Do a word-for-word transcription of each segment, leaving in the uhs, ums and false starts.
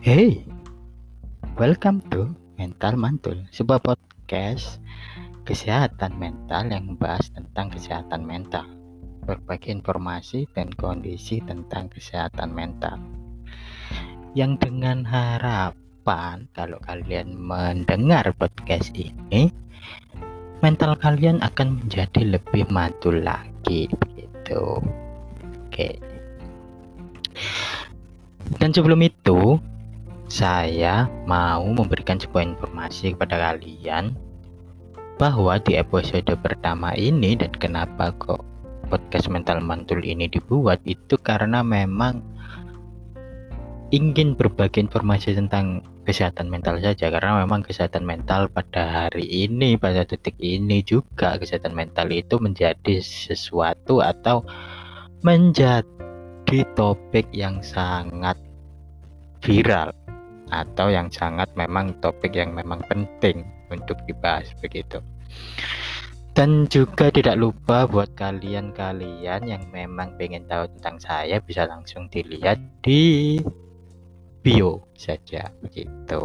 Hey, welcome to Mental Mantul, sebuah podcast kesehatan mental yang membahas tentang kesehatan mental, berbagai informasi dan kondisi tentang kesehatan mental. Yang dengan harapan kalau kalian mendengar podcast ini, mental kalian akan menjadi lebih mantul lagi, begitu. Oke. Dan sebelum itu, saya mau memberikan sebuah informasi kepada kalian bahwa di episode pertama ini, dan kenapa kok podcast Mental Mantul ini dibuat, itu karena memang ingin berbagi informasi tentang kesehatan mental saja, karena memang kesehatan mental pada hari ini, pada detik ini juga kesehatan mental itu menjadi sesuatu atau menjadi topik yang sangat viral atau yang sangat memang topik yang memang penting untuk dibahas, begitu. Dan juga tidak lupa buat kalian-kalian yang memang pengen tahu tentang saya, bisa langsung dilihat di bio saja, begitu.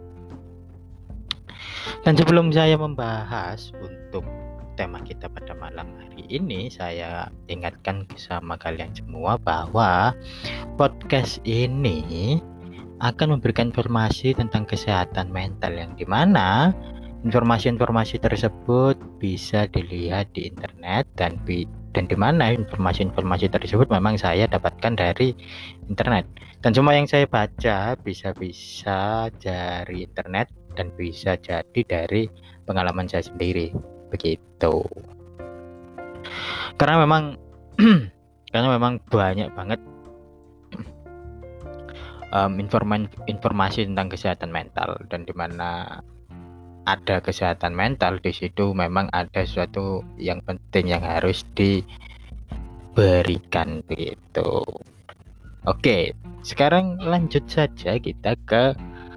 Dan sebelum saya membahas untuk tema kita pada malam hari ini, saya ingatkan sama kalian semua bahwa podcast ini akan memberikan informasi tentang kesehatan mental, yang dimana informasi-informasi tersebut bisa dilihat di internet dan dan dimana informasi-informasi tersebut memang saya dapatkan dari internet, dan semua yang saya baca bisa-bisa dari internet dan bisa jadi dari pengalaman saya sendiri, begitu. Karena memang karena memang banyak banget Um, informasi, informasi tentang kesehatan mental, dan dimana ada kesehatan mental di situ memang ada sesuatu yang penting yang harus diberikan, begitu. Oke, sekarang lanjut saja kita ke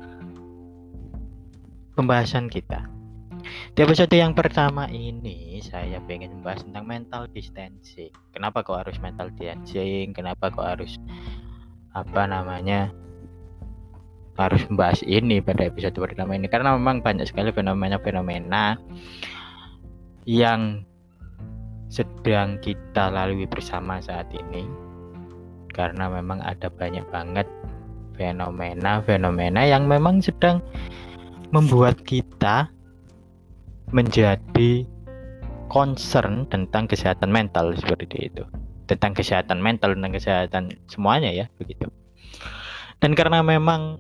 pembahasan kita. Di episode yang pertama ini saya pengen membahas tentang mental distancing. Kenapa kok harus mental distancing? Kenapa kok harus apa namanya harus membahas ini pada episode pertama ini? Karena memang banyak sekali fenomena-fenomena yang sedang kita lalui bersama saat ini, karena memang ada banyak banget fenomena-fenomena yang memang sedang membuat kita menjadi concern tentang kesehatan mental, seperti itu, tentang kesehatan mental, tentang kesehatan semuanya ya, begitu. Dan karena memang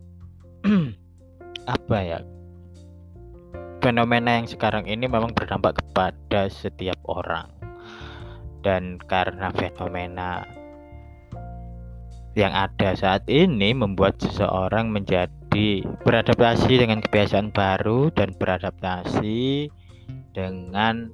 apa ya, fenomena yang sekarang ini memang berdampak kepada setiap orang, dan karena fenomena yang ada saat ini membuat seseorang menjadi beradaptasi dengan kebiasaan baru dan beradaptasi dengan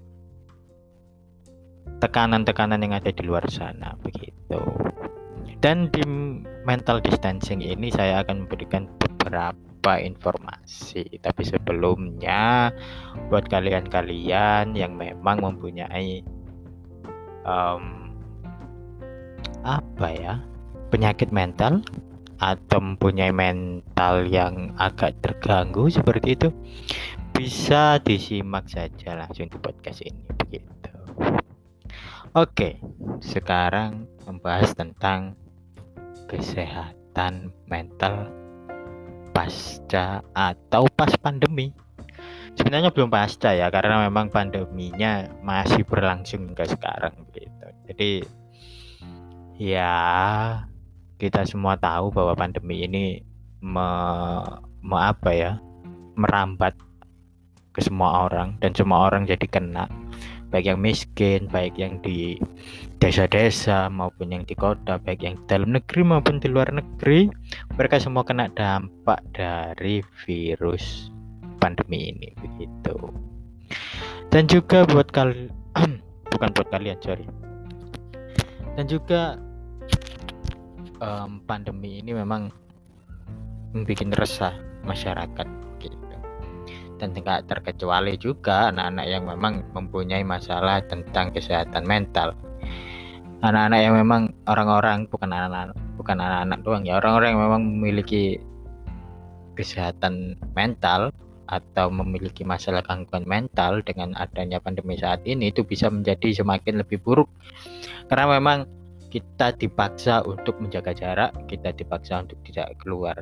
tekanan-tekanan yang ada di luar sana, begitu. Dan di mental distancing ini saya akan memberikan beberapa informasi. Tapi sebelumnya, buat kalian-kalian yang memang mempunyai um, apa ya, penyakit mental atau mempunyai mental yang agak terganggu seperti itu, bisa disimak saja langsung di podcast ini, begitu. Oke, sekarang membahas tentang kesehatan mental pasca atau pas pandemi. Sebenarnya belum pasca ya, karena memang pandeminya masih berlangsung hingga sekarang, gitu. Jadi ya, kita semua tahu bahwa pandemi ini me, me apa ya, merambat ke semua orang, dan semua orang jadi kena, baik yang miskin, baik yang di desa-desa maupun yang di kota, baik yang di dalam negeri maupun di luar negeri, mereka semua kena dampak dari virus pandemi ini, begitu. Dan juga buat kalian bukan buat kalian sorry dan juga um, pandemi ini memang membuat resah masyarakat, gitu. Dan tidak terkecuali juga anak-anak yang memang mempunyai masalah tentang kesehatan mental. Anak-anak yang memang orang-orang bukan anak-anak bukan anak-anak doang ya, orang-orang yang memang memiliki kesehatan mental atau memiliki masalah gangguan mental dengan adanya pandemi saat ini itu bisa menjadi semakin lebih buruk karena memang kita dipaksa untuk menjaga jarak, kita dipaksa untuk tidak keluar,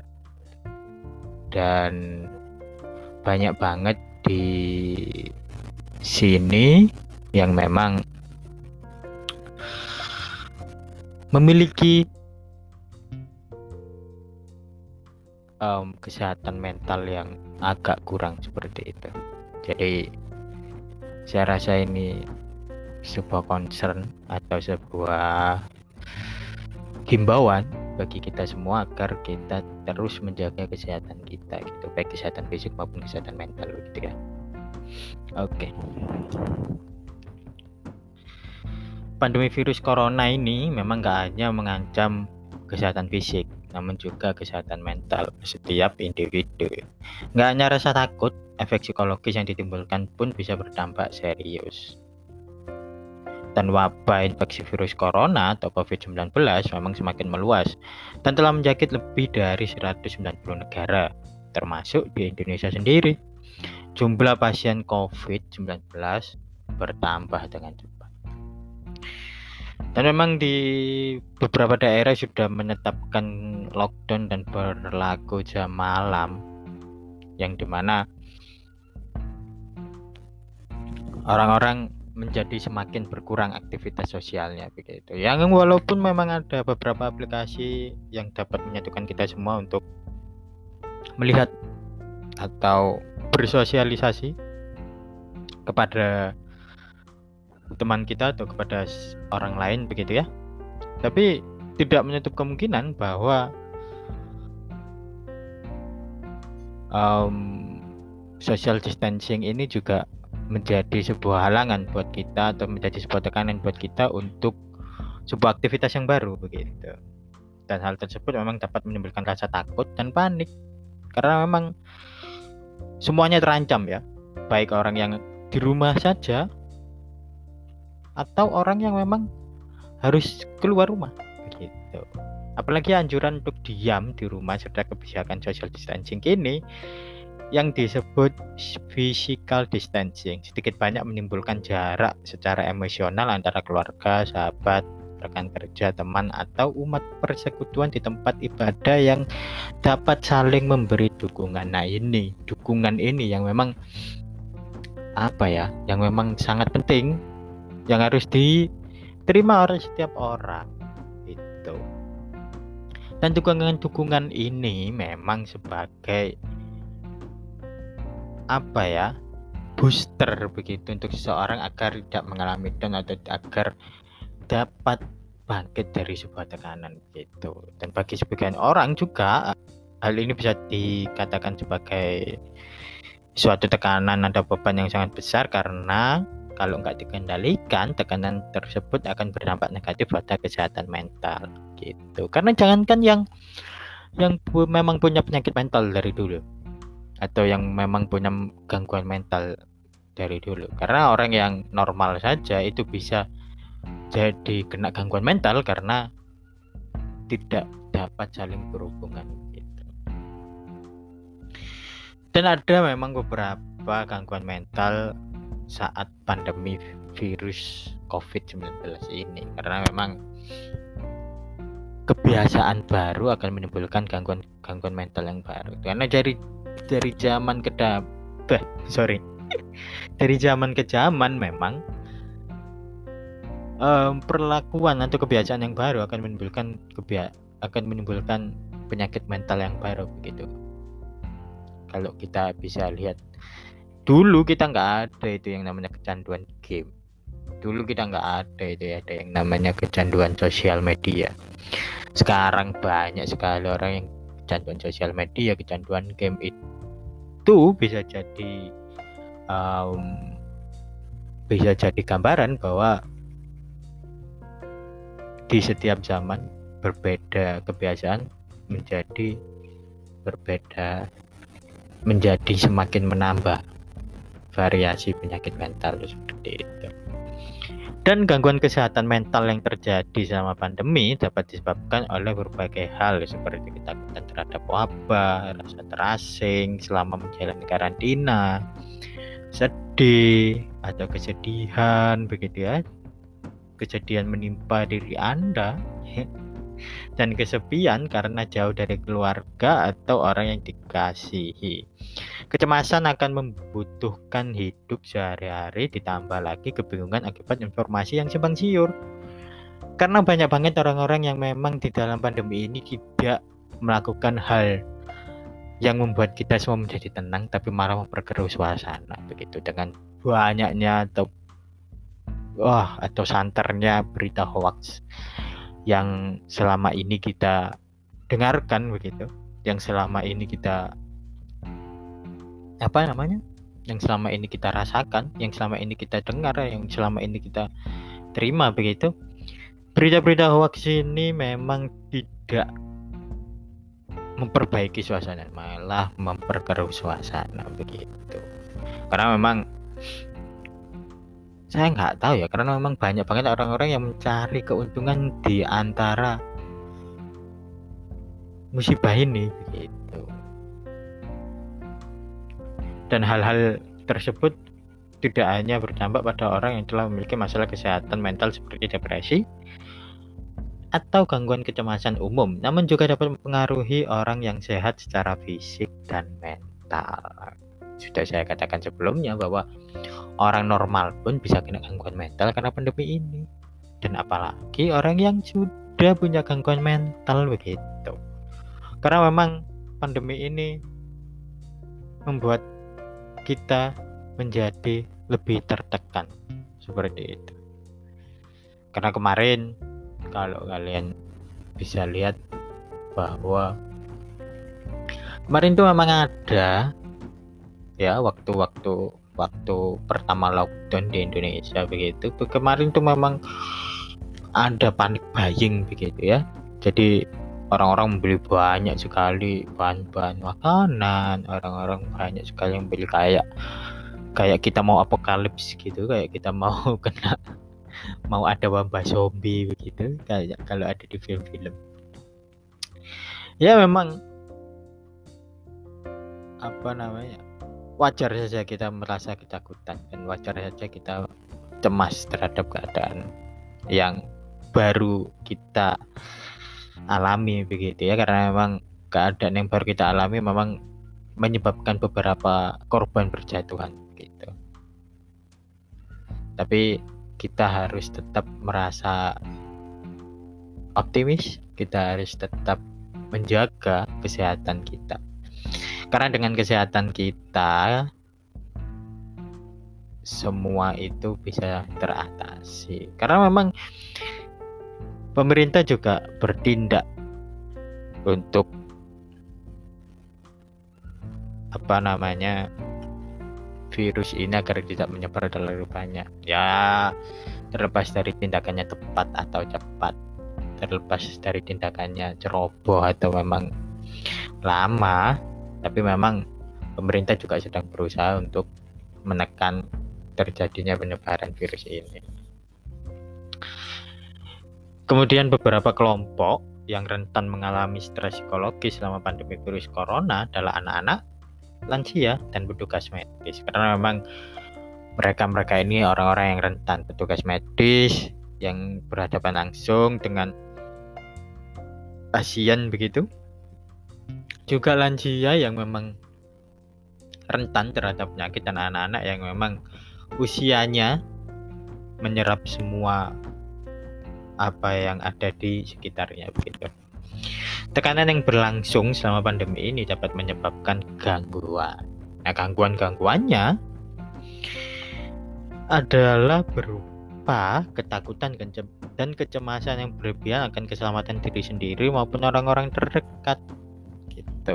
dan banyak banget di sini yang memang memiliki um, kesehatan mental yang agak kurang seperti itu. Jadi saya rasa ini sebuah concern atau sebuah himbauan bagi kita semua agar kita terus menjaga kesehatan kita gitu, baik kesehatan fisik maupun kesehatan mental gitu ya. Oke. Pandemi virus corona ini memang gak hanya mengancam kesehatan fisik, namun juga kesehatan mental setiap individu. Gak hanya rasa takut, efek psikologis yang ditimbulkan pun bisa berdampak serius. Dan wabah infeksi virus corona atau covid sembilan belas memang semakin meluas dan telah menjangkit lebih dari seratus sembilan puluh negara, termasuk di Indonesia sendiri. Jumlah pasien covid sembilan belas bertambah dengan cepat. Dan memang di beberapa daerah sudah menetapkan lockdown dan berlaku jam malam, yang dimana orang-orang menjadi semakin berkurang aktivitas sosialnya begitu. Yang walaupun memang ada beberapa aplikasi yang dapat menyatukan kita semua untuk melihat atau bersosialisasi kepada teman kita atau kepada orang lain begitu ya. Tapi tidak menutup kemungkinan bahwa um, social distancing ini juga menjadi sebuah halangan buat kita atau menjadi sebuah tekanan buat kita untuk sebuah aktivitas yang baru begitu. Dan hal tersebut memang dapat menimbulkan rasa takut dan panik karena memang semuanya terancam ya, baik orang yang di rumah saja atau orang yang memang harus keluar rumah begitu. Apalagi anjuran untuk diam di rumah serta kebijakan social distancing kini yang disebut physical distancing sedikit banyak menimbulkan jarak secara emosional antara keluarga, sahabat, rekan kerja, teman, atau umat persekutuan di tempat ibadah yang dapat saling memberi dukungan. Nah ini, dukungan ini yang memang apa ya, yang memang sangat penting, yang harus diterima oleh setiap orang itu. Dan dukungan-dukungan ini memang sebagai apa ya, booster begitu untuk seseorang agar tidak mengalami down atau agar dapat bangkit dari sebuah tekanan begitu. Dan bagi sebagian orang juga hal ini bisa dikatakan sebagai suatu tekanan atau beban yang sangat besar karena kalau nggak dikendalikan tekanan tersebut akan berdampak negatif pada kesehatan mental gitu. Karena jangankan yang yang pu- memang punya penyakit mental dari dulu atau yang memang punya gangguan mental dari dulu, karena orang yang normal saja itu bisa jadi kena gangguan mental karena tidak dapat saling berhubungan gitu. Dan ada memang beberapa gangguan mental saat pandemi virus covid sembilan belas ini karena memang kebiasaan baru akan menimbulkan gangguan gangguan mental yang baru. Karena dari dari zaman ke da- bah, sorry dari zaman ke zaman memang um, perlakuan atau kebiasaan yang baru akan menimbulkan kebia- akan menimbulkan penyakit mental yang baru begitu. Kalau kita bisa lihat, dulu kita nggak ada itu yang namanya kecanduan game. Dulu kita nggak ada itu ada yang namanya kecanduan sosial media. Sekarang banyak sekali orang yang kecanduan sosial media, kecanduan game. Itu bisa jadi um, bisa jadi gambaran bahwa di setiap zaman berbeda kebiasaan menjadi berbeda menjadi semakin menambah variasi penyakit mental seperti itu. Dan gangguan kesehatan mental yang terjadi selama pandemi dapat disebabkan oleh berbagai hal seperti ketakutan terhadap wabah, rasa terasing selama menjalani karantina, sedih atau kesedihan begitu ya, kejadian menimpa diri Anda dan kesepian karena jauh dari keluarga atau orang yang dikasihi. Kecemasan akan membutuhkan hidup sehari-hari, ditambah lagi kebingungan akibat informasi yang simpang siur. Karena banyak banget orang-orang yang memang di dalam pandemi ini tidak melakukan hal yang membuat kita semua menjadi tenang, tapi malah memperkeruh suasana begitu dengan banyaknya atau wah atau santernya berita hoax yang selama ini kita dengarkan begitu, yang selama ini kita apa namanya, yang selama ini kita rasakan, yang selama ini kita dengar, yang selama ini kita terima begitu. Berita-berita hoax ini memang tidak memperbaiki suasana, malah memperkeruh suasana begitu. Karena memang saya nggak tahu ya, karena memang banyak banget orang-orang yang mencari keuntungan di antara musibah ini begitu. Dan hal-hal tersebut tidak hanya berdampak pada orang yang telah memiliki masalah kesehatan mental seperti depresi atau gangguan kecemasan umum, namun juga dapat mempengaruhi orang yang sehat secara fisik dan mental. Sudah saya katakan sebelumnya bahwa orang normal pun bisa kena gangguan mental karena pandemi ini. Dan apalagi orang yang sudah punya gangguan mental begitu. Karena memang pandemi ini membuat kita menjadi lebih tertekan seperti itu. Karena kemarin kalau kalian bisa lihat bahwa kemarin itu memang ada ya waktu-waktu waktu pertama lockdown di Indonesia begitu. Kemarin tuh memang ada panic buying begitu ya. Jadi orang-orang membeli banyak sekali bahan-bahan makanan, orang-orang banyak sekali yang beli kayak kayak kita mau apokalips gitu, kayak kita mau kena mau ada wabah zombie begitu, kayak kalau ada di film-film. Ya memang apa namanya, wajar saja kita merasa ketakutan dan wajar saja kita cemas terhadap keadaan yang baru kita alami begitu ya, karena memang keadaan yang baru kita alami memang menyebabkan beberapa korban berjatuhan gitu. Tapi kita harus tetap merasa optimis, kita harus tetap menjaga kesehatan kita. Karena dengan kesehatan kita semua itu bisa teratasi. Karena memang pemerintah juga bertindak untuk apa namanya virus ini agar tidak menyebar terlalu banyak. Ya terlepas dari tindakannya tepat atau cepat, terlepas dari tindakannya ceroboh atau memang lama, tapi memang pemerintah juga sedang berusaha untuk menekan terjadinya penyebaran virus ini. Kemudian beberapa kelompok yang rentan mengalami stres psikologis selama pandemi virus corona adalah anak-anak, lansia, dan petugas medis. Karena memang mereka-mereka ini orang-orang yang rentan, petugas medis yang berhadapan langsung dengan pasien begitu. Juga lansia yang memang rentan terhadap penyakit, dan anak-anak yang memang usianya menyerap semua apa yang ada di sekitarnya begitu. Tekanan yang berlangsung selama pandemi ini dapat menyebabkan gangguan. Nah, gangguan-gangguannya adalah berupa ketakutan dan kecemasan yang berlebihan akan keselamatan diri sendiri maupun orang-orang terdekat gitu.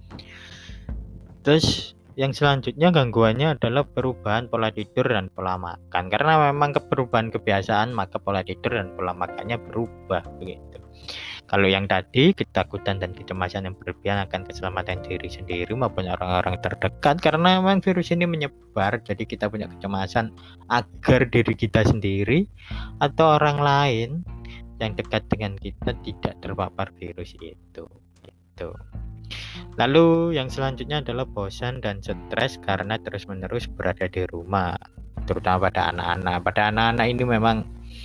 Terus yang selanjutnya gangguannya adalah perubahan pola tidur dan pola makan. Karena memang perubahan kebiasaan, maka pola tidur dan pola makannya berubah begitu. Kalau yang tadi, ketakutan dan kecemasan yang berlebihan akan keselamatan diri sendiri maupun orang-orang terdekat, karena memang virus ini menyebar, jadi kita punya kecemasan agar diri kita sendiri atau orang lain yang dekat dengan kita tidak terpapar virus itu. Gitu. Lalu yang selanjutnya adalah bosan dan stres karena terus-menerus berada di rumah, terutama pada anak-anak. Pada anak-anak ini memang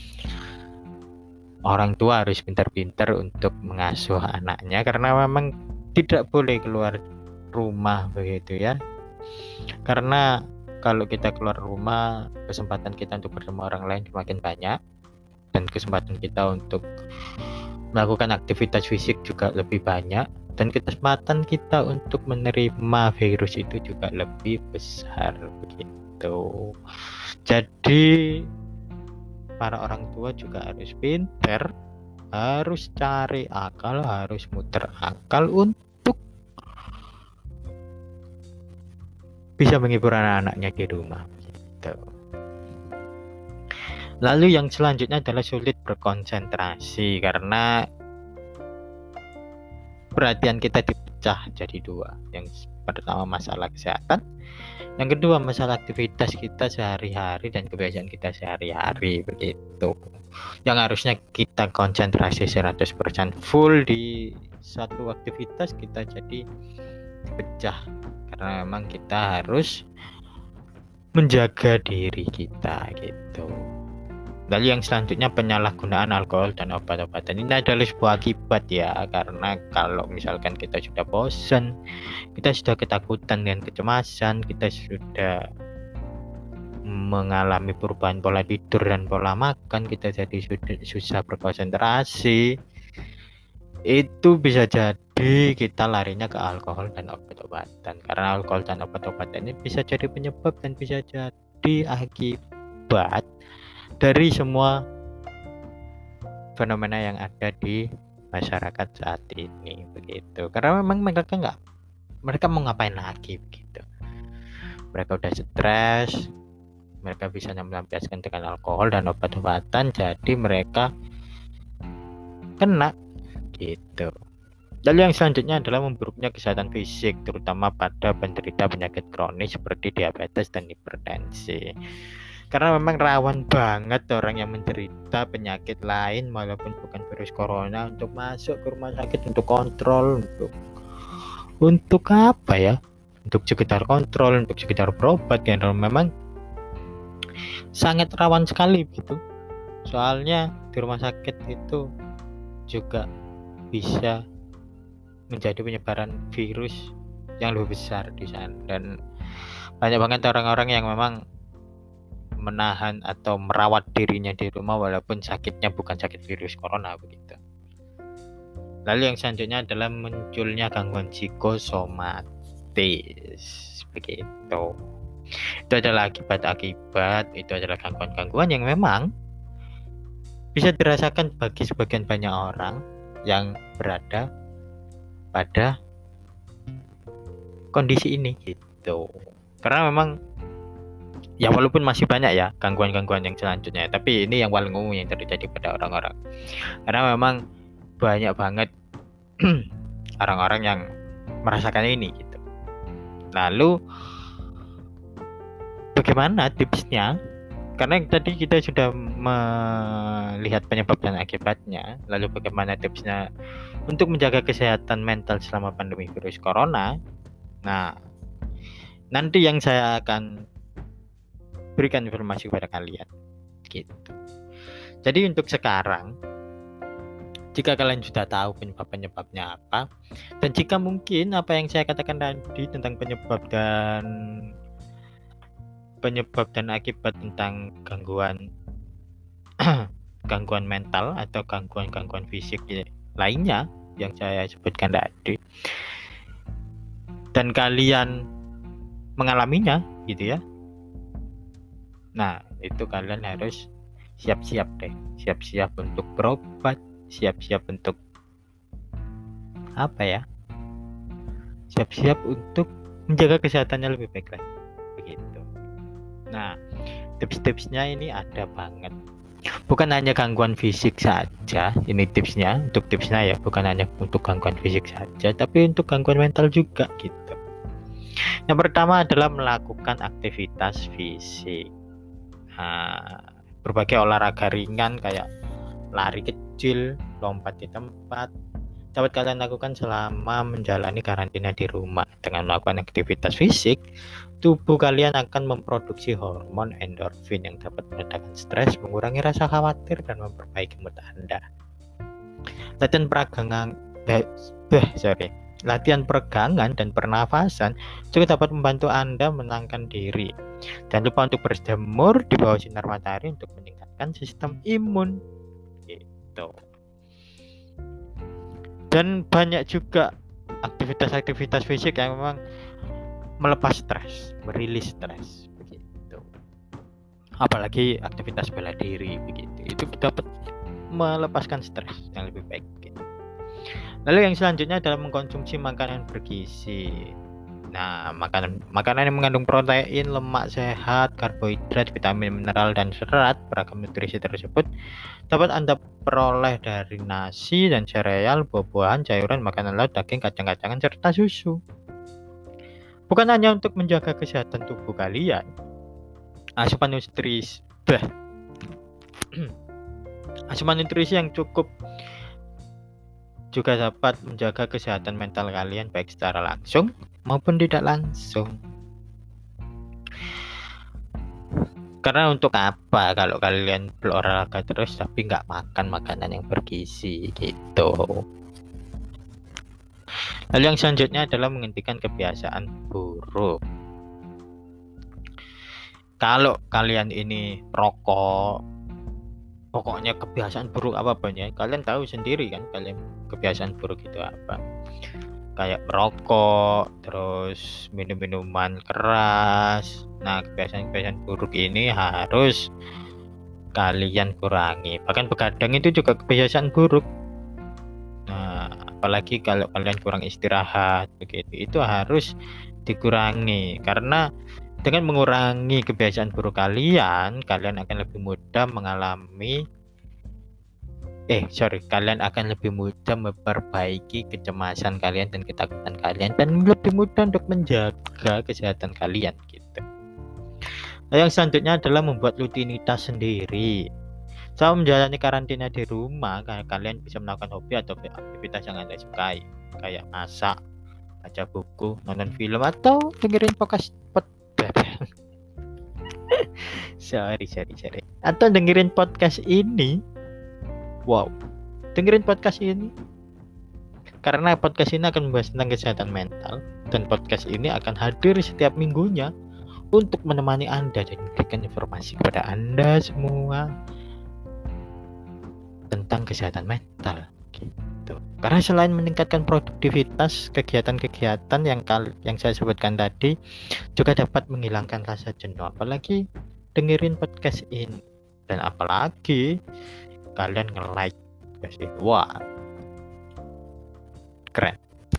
orang tua harus pintar-pintar untuk mengasuh anaknya, karena memang tidak boleh keluar rumah begitu ya. Karena kalau kita keluar rumah, kesempatan kita untuk bertemu orang lain semakin banyak, dan kesempatan kita untuk melakukan aktivitas fisik juga lebih banyak, dan kesempatan kita untuk menerima virus itu juga lebih besar begitu. Jadi para orang tua juga harus pintar, harus cari akal, harus muter akal untuk bisa menghibur anak-anaknya di rumah gitu. Lalu yang selanjutnya adalah sulit berkonsentrasi karena perhatian kita dipecah jadi dua. Yang pertama masalah kesehatan, yang kedua masalah aktivitas kita sehari-hari dan kebiasaan kita sehari-hari begitu. Yang harusnya kita konsentrasi seratus persen full di satu aktivitas, kita jadi dipecah karena memang kita harus menjaga diri kita gitu. Lalu yang selanjutnya penyalahgunaan alkohol dan obat-obatan. Ini adalah sebuah akibat ya, karena kalau misalkan kita sudah bosan, kita sudah ketakutan dan kecemasan, kita sudah mengalami perubahan pola tidur dan pola makan, kita jadi sudah susah berkonsentrasi, itu bisa jadi kita larinya ke alkohol dan obat-obatan. Karena alkohol dan obat-obatan ini bisa jadi penyebab dan bisa jadi akibat dari semua fenomena yang ada di masyarakat saat ini begitu. Karena memang mereka nggak, mereka mau ngapain lagi begitu. Mereka udah stres, mereka bisa melampiaskan dengan alkohol dan obat-obatan, jadi mereka kena gitu. Lalu yang selanjutnya adalah memburuknya kesehatan fisik, terutama pada penderita penyakit kronis seperti diabetes dan hipertensi. Karena memang rawan banget orang yang menderita penyakit lain walaupun bukan virus corona untuk masuk ke rumah sakit untuk kontrol, untuk untuk apa ya? Untuk sekitar kontrol, untuk sekitar berobat ya. Memang sangat rawan sekali gitu. Soalnya di rumah sakit itu juga bisa menjadi penyebaran virus yang lebih besar di sana, dan banyak banget orang-orang yang memang menahan atau merawat dirinya di rumah walaupun sakitnya bukan sakit virus corona begitu. Lalu yang selanjutnya adalah munculnya gangguan psikosomatis begitu. Itu adalah akibat-akibat, itu adalah gangguan-gangguan yang memang bisa dirasakan bagi sebagian banyak orang yang berada pada kondisi ini gitu. Karena memang ya walaupun masih banyak ya gangguan-gangguan yang selanjutnya, tapi ini yang paling umum yang terjadi pada orang-orang. Karena memang banyak banget orang-orang yang merasakan ini gitu. Lalu bagaimana tipsnya? Karena tadi kita sudah melihat penyebab dan akibatnya. Lalu bagaimana tipsnya untuk menjaga kesehatan mental selama pandemi virus corona? Nah, nanti yang saya akan berikan informasi kepada kalian gitu. Jadi untuk sekarang, jika kalian sudah tahu penyebab-penyebabnya apa, dan jika mungkin apa yang saya katakan tadi tentang penyebab dan penyebab dan akibat tentang gangguan gangguan mental atau gangguan-gangguan fisik lainnya yang saya sebutkan tadi, dan kalian mengalaminya gitu ya, nah itu kalian harus siap-siap deh, siap-siap untuk berobat, siap-siap untuk apa ya, siap-siap untuk menjaga kesehatannya lebih baik lagi begitu. Nah, tips-tipsnya ini ada banget Bukan hanya gangguan fisik saja, ini tipsnya, untuk tipsnya ya, bukan hanya untuk gangguan fisik saja, tapi untuk gangguan mental juga gitu. Yang pertama adalah melakukan aktivitas fisik. Nah, berbagai olahraga ringan kayak lari kecil, lompat di tempat, dapat kalian lakukan selama menjalani karantina di rumah. Dengan melakukan aktivitas fisik, tubuh kalian akan memproduksi hormon endorfin yang dapat meredakan stres, mengurangi rasa khawatir, dan memperbaiki mood Anda. Latihan peragangan, eh, sorry, latihan peregangan dan pernafasan juga dapat membantu Anda menenangkan diri. Jangan lupa untuk berjemur di bawah sinar matahari untuk meningkatkan sistem imun. Gitu. Dan banyak juga aktivitas-aktivitas fisik yang memang melepas stres, merilis stres begitu. Apalagi aktivitas bela diri begitu. Itu dapat melepaskan stres yang lebih baik gitu. Lalu yang selanjutnya adalah mengkonsumsi makanan bergizi. Nah, makanan makanan yang mengandung protein, lemak sehat, karbohidrat, vitamin, mineral, dan serat, beragam nutrisi tersebut dapat Anda peroleh dari nasi dan sereal, buah-buahan, sayuran, makanan laut, daging, kacang-kacangan, serta susu. Bukan hanya untuk menjaga kesehatan tubuh kalian, asupan nutrisi asupan nutrisi yang cukup juga dapat menjaga kesehatan mental kalian baik secara langsung maupun tidak langsung. Karena untuk apa kalau kalian berolahraga terus tapi nggak makan makanan yang bergizi gitu. Lalu yang selanjutnya adalah menghentikan kebiasaan buruk. Kalau kalian ini rokok, pokoknya kebiasaan buruk apa-apa ya, kalian tahu sendiri kan kalian kebiasaan buruk itu apa. Kayak merokok, terus minum-minuman keras. Nah, kebiasaan-kebiasaan buruk ini harus kalian kurangi. Bahkan begadang itu juga kebiasaan buruk. Nah, apalagi kalau kalian kurang istirahat begitu, itu harus dikurangi. Karena dengan mengurangi kebiasaan buruk kalian, kalian akan lebih mudah mengalami Eh, sorry, kalian akan lebih mudah memperbaiki kecemasan kalian dan ketakutan kalian, dan lebih mudah untuk menjaga kesehatan kalian gitu. Nah, yang selanjutnya adalah membuat rutinitas sendiri. Selama menjalani karantina di rumah, kalian bisa melakukan hobi atau aktivitas yang Anda sukai, kayak masak, baca buku, nonton film, atau dengerin podcast sorry, sorry, sorry. Atau dengerin podcast ini. Wow, dengerin podcast ini karena podcast ini akan membahas tentang kesehatan mental, dan podcast ini akan hadir setiap minggunya untuk menemani Anda dan memberikan informasi kepada Anda semua tentang kesehatan mental gitu. Karena selain meningkatkan produktivitas, kegiatan-kegiatan yang kal- yang saya sebutkan tadi juga dapat menghilangkan rasa jenuh, apalagi dengerin podcast ini. Dan apalagi kalian nge-like kasih, wah keren.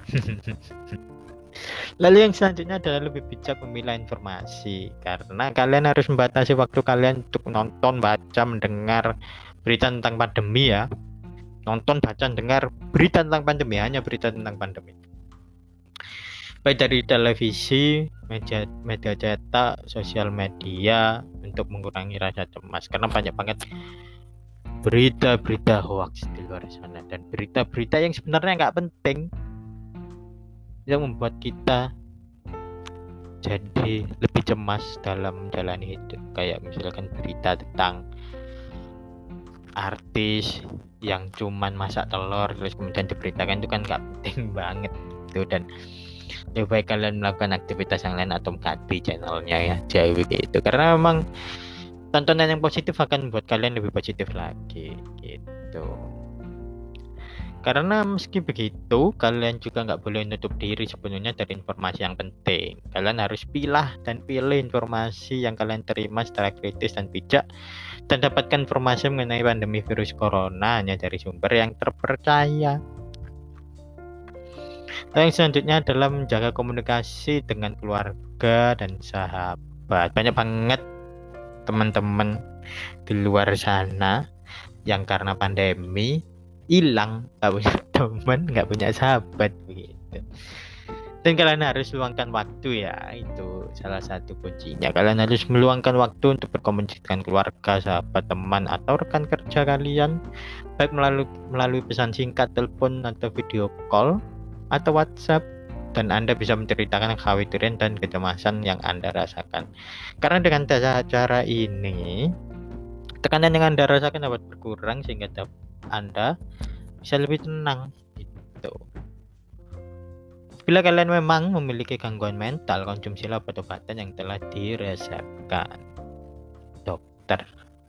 Lalu yang selanjutnya adalah lebih bijak memilah informasi, karena kalian harus membatasi waktu kalian untuk nonton, baca, mendengar berita tentang pandemi ya. Nonton, baca, dengar berita tentang pandemi, hanya berita tentang pandemi, baik dari televisi, media, media cetak, sosial media, untuk mengurangi rasa cemas. Karena banyak banget berita-berita hoax di luar sana, dan berita-berita yang sebenarnya nggak penting yang membuat kita jadi lebih cemas dalam menjalani hidup. Kayak misalkan berita tentang artis yang cuman masak telur terus kemudian diberitakan, itu kan nggak penting banget gitu. Dan lebih baik kalian melakukan aktivitas yang lain atau mengganti channelnya ya, jauh gitu. Karena memang tontonan yang positif akan membuat kalian lebih positif lagi gitu. Karena meski begitu, kalian juga nggak boleh nutup diri sepenuhnya dari informasi yang penting. Kalian harus pilah dan pilih informasi yang kalian terima secara kritis dan bijak, dan dapatkan informasi mengenai pandemi virus corona hanya dari sumber yang terpercaya. Yang selanjutnya adalah menjaga komunikasi dengan keluarga dan sahabat. Banyak banget teman-teman di luar sana yang karena pandemi hilang, nggak punya teman, nggak punya sahabat begitu. Dan kalian harus luangkan waktu ya, itu salah satu kuncinya. Kalian harus meluangkan waktu untuk berkomunikasi dengan keluarga, sahabat, teman, atau rekan kerja kalian, baik melalui melalui pesan singkat, telepon, atau video call, atau WhatsApp. Dan Anda bisa menceritakan kekhawatiran dan kecemasan yang Anda rasakan. Karena dengan cara ini, tekanan yang Anda rasakan dapat berkurang sehingga Anda bisa lebih tenang gitu. Bila kalian memang memiliki gangguan mental, konsumsilah obat-obatan yang telah diresepkan dokter.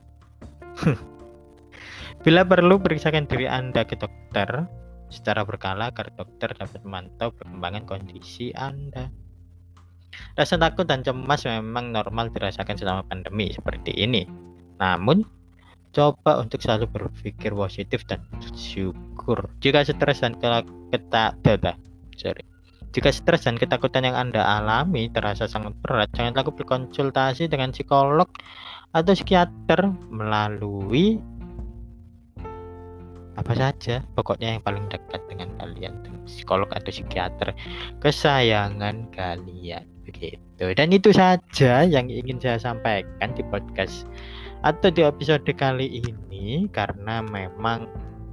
Bila perlu, periksakan diri Anda ke dokter secara berkala agar dokter dapat memantau perkembangan kondisi Anda. Rasa takut dan cemas memang normal dirasakan selama pandemi seperti ini. Namun, coba untuk selalu berpikir positif dan bersyukur. Jika stres dan ketakutan, sorry. Jika stres dan ketakutan yang Anda alami terasa sangat berat, jangan lupa berkonsultasi dengan psikolog atau psikiater melalui apa saja, pokoknya yang paling dekat dengan kalian, psikolog atau psikiater kesayangan kalian begitu. Dan itu saja yang ingin saya sampaikan di podcast atau di episode kali ini, karena memang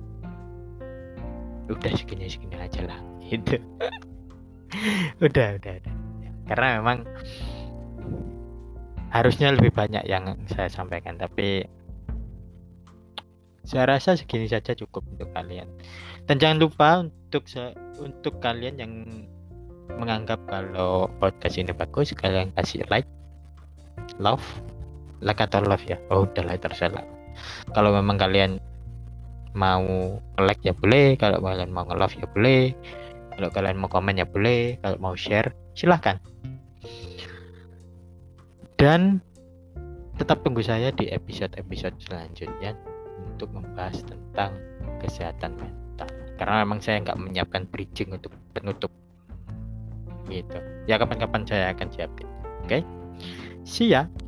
udah segini-segini aja lah gitu. udah, udah, udah. Karena memang harusnya lebih banyak yang saya sampaikan, tapi saya rasa segini saja cukup untuk kalian. Dan jangan lupa untuk untuk kalian yang menganggap kalau podcast ini bagus, kalian kasih like, love, like atau love ya. Oh udahlah, terserah. Kalau memang kalian mau like ya boleh, kalau kalian mau nge-love ya boleh, kalau kalian mau komen ya boleh, kalau mau share silahkan. Dan tetap tunggu saya di episode-episode selanjutnya untuk membahas tentang kesehatan mental, karena memang saya nggak menyiapkan bridging untuk penutup gitu ya. Kapan-kapan saya akan siapin. Oke, okay? See ya.